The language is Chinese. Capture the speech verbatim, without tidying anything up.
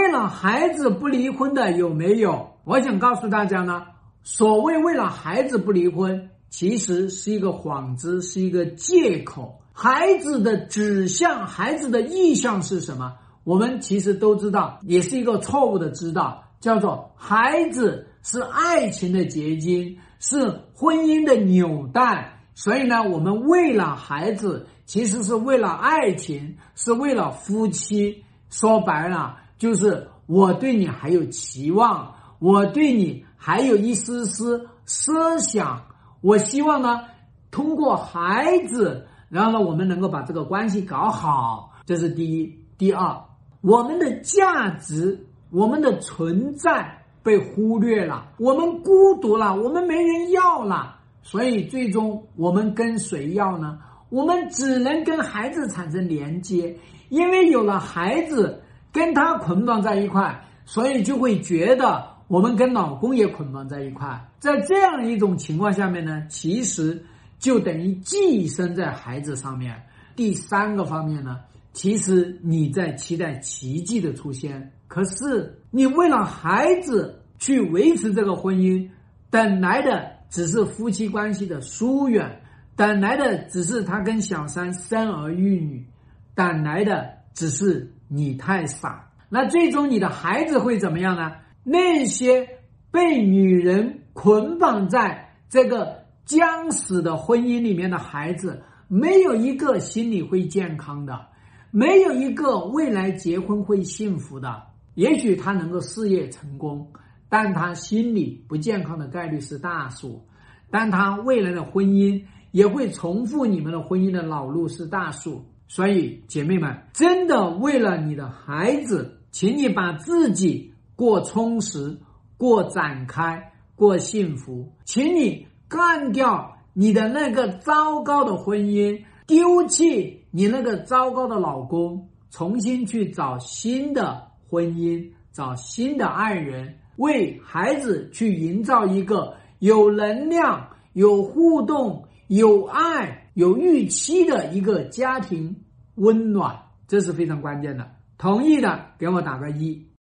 为了孩子不离婚的有没有？我想告诉大家呢，所谓为了孩子不离婚，其实是一个幌子，是一个借口。孩子的指向，孩子的意向是什么？我们其实都知道，也是一个错误的知道，叫做孩子是爱情的结晶，是婚姻的纽带。所以呢，我们为了孩子，其实是为了爱情，是为了夫妻。说白了，就是我对你还有期望，我对你还有一丝丝奢想，我希望呢，通过孩子，然后呢，我们能够把这个关系搞好，这是第一。第二，我们的价值，我们的存在被忽略了，我们孤独了，我们没人要了，所以最终我们跟谁要呢？我们只能跟孩子产生连接，因为有了孩子跟他捆绑在一块，所以就会觉得我们跟老公也捆绑在一块。在这样一种情况下面呢，其实就等于寄生在孩子上面。第三个方面呢，其实你在期待奇迹的出现，可是你为了孩子去维持这个婚姻，等来的只是夫妻关系的疏远，等来的只是他跟小三生儿育女，等来的只是你太傻。那最终你的孩子会怎么样呢？那些被女人捆绑在这个将死的婚姻里面的孩子，没有一个心理会健康的，没有一个未来结婚会幸福的。也许他能够事业成功，但他心理不健康的概率是大数，但他未来的婚姻也会重复你们的婚姻的老路是大数。所以姐妹们，真的为了你的孩子，请你把自己过充实，过展开，过幸福。请你干掉你的那个糟糕的婚姻，丢弃你那个糟糕的老公，重新去找新的婚姻，找新的爱人，为孩子去营造一个有能量、有互动、有爱、有预期的一个家庭温暖，这是非常关键的。同意的给我打个一。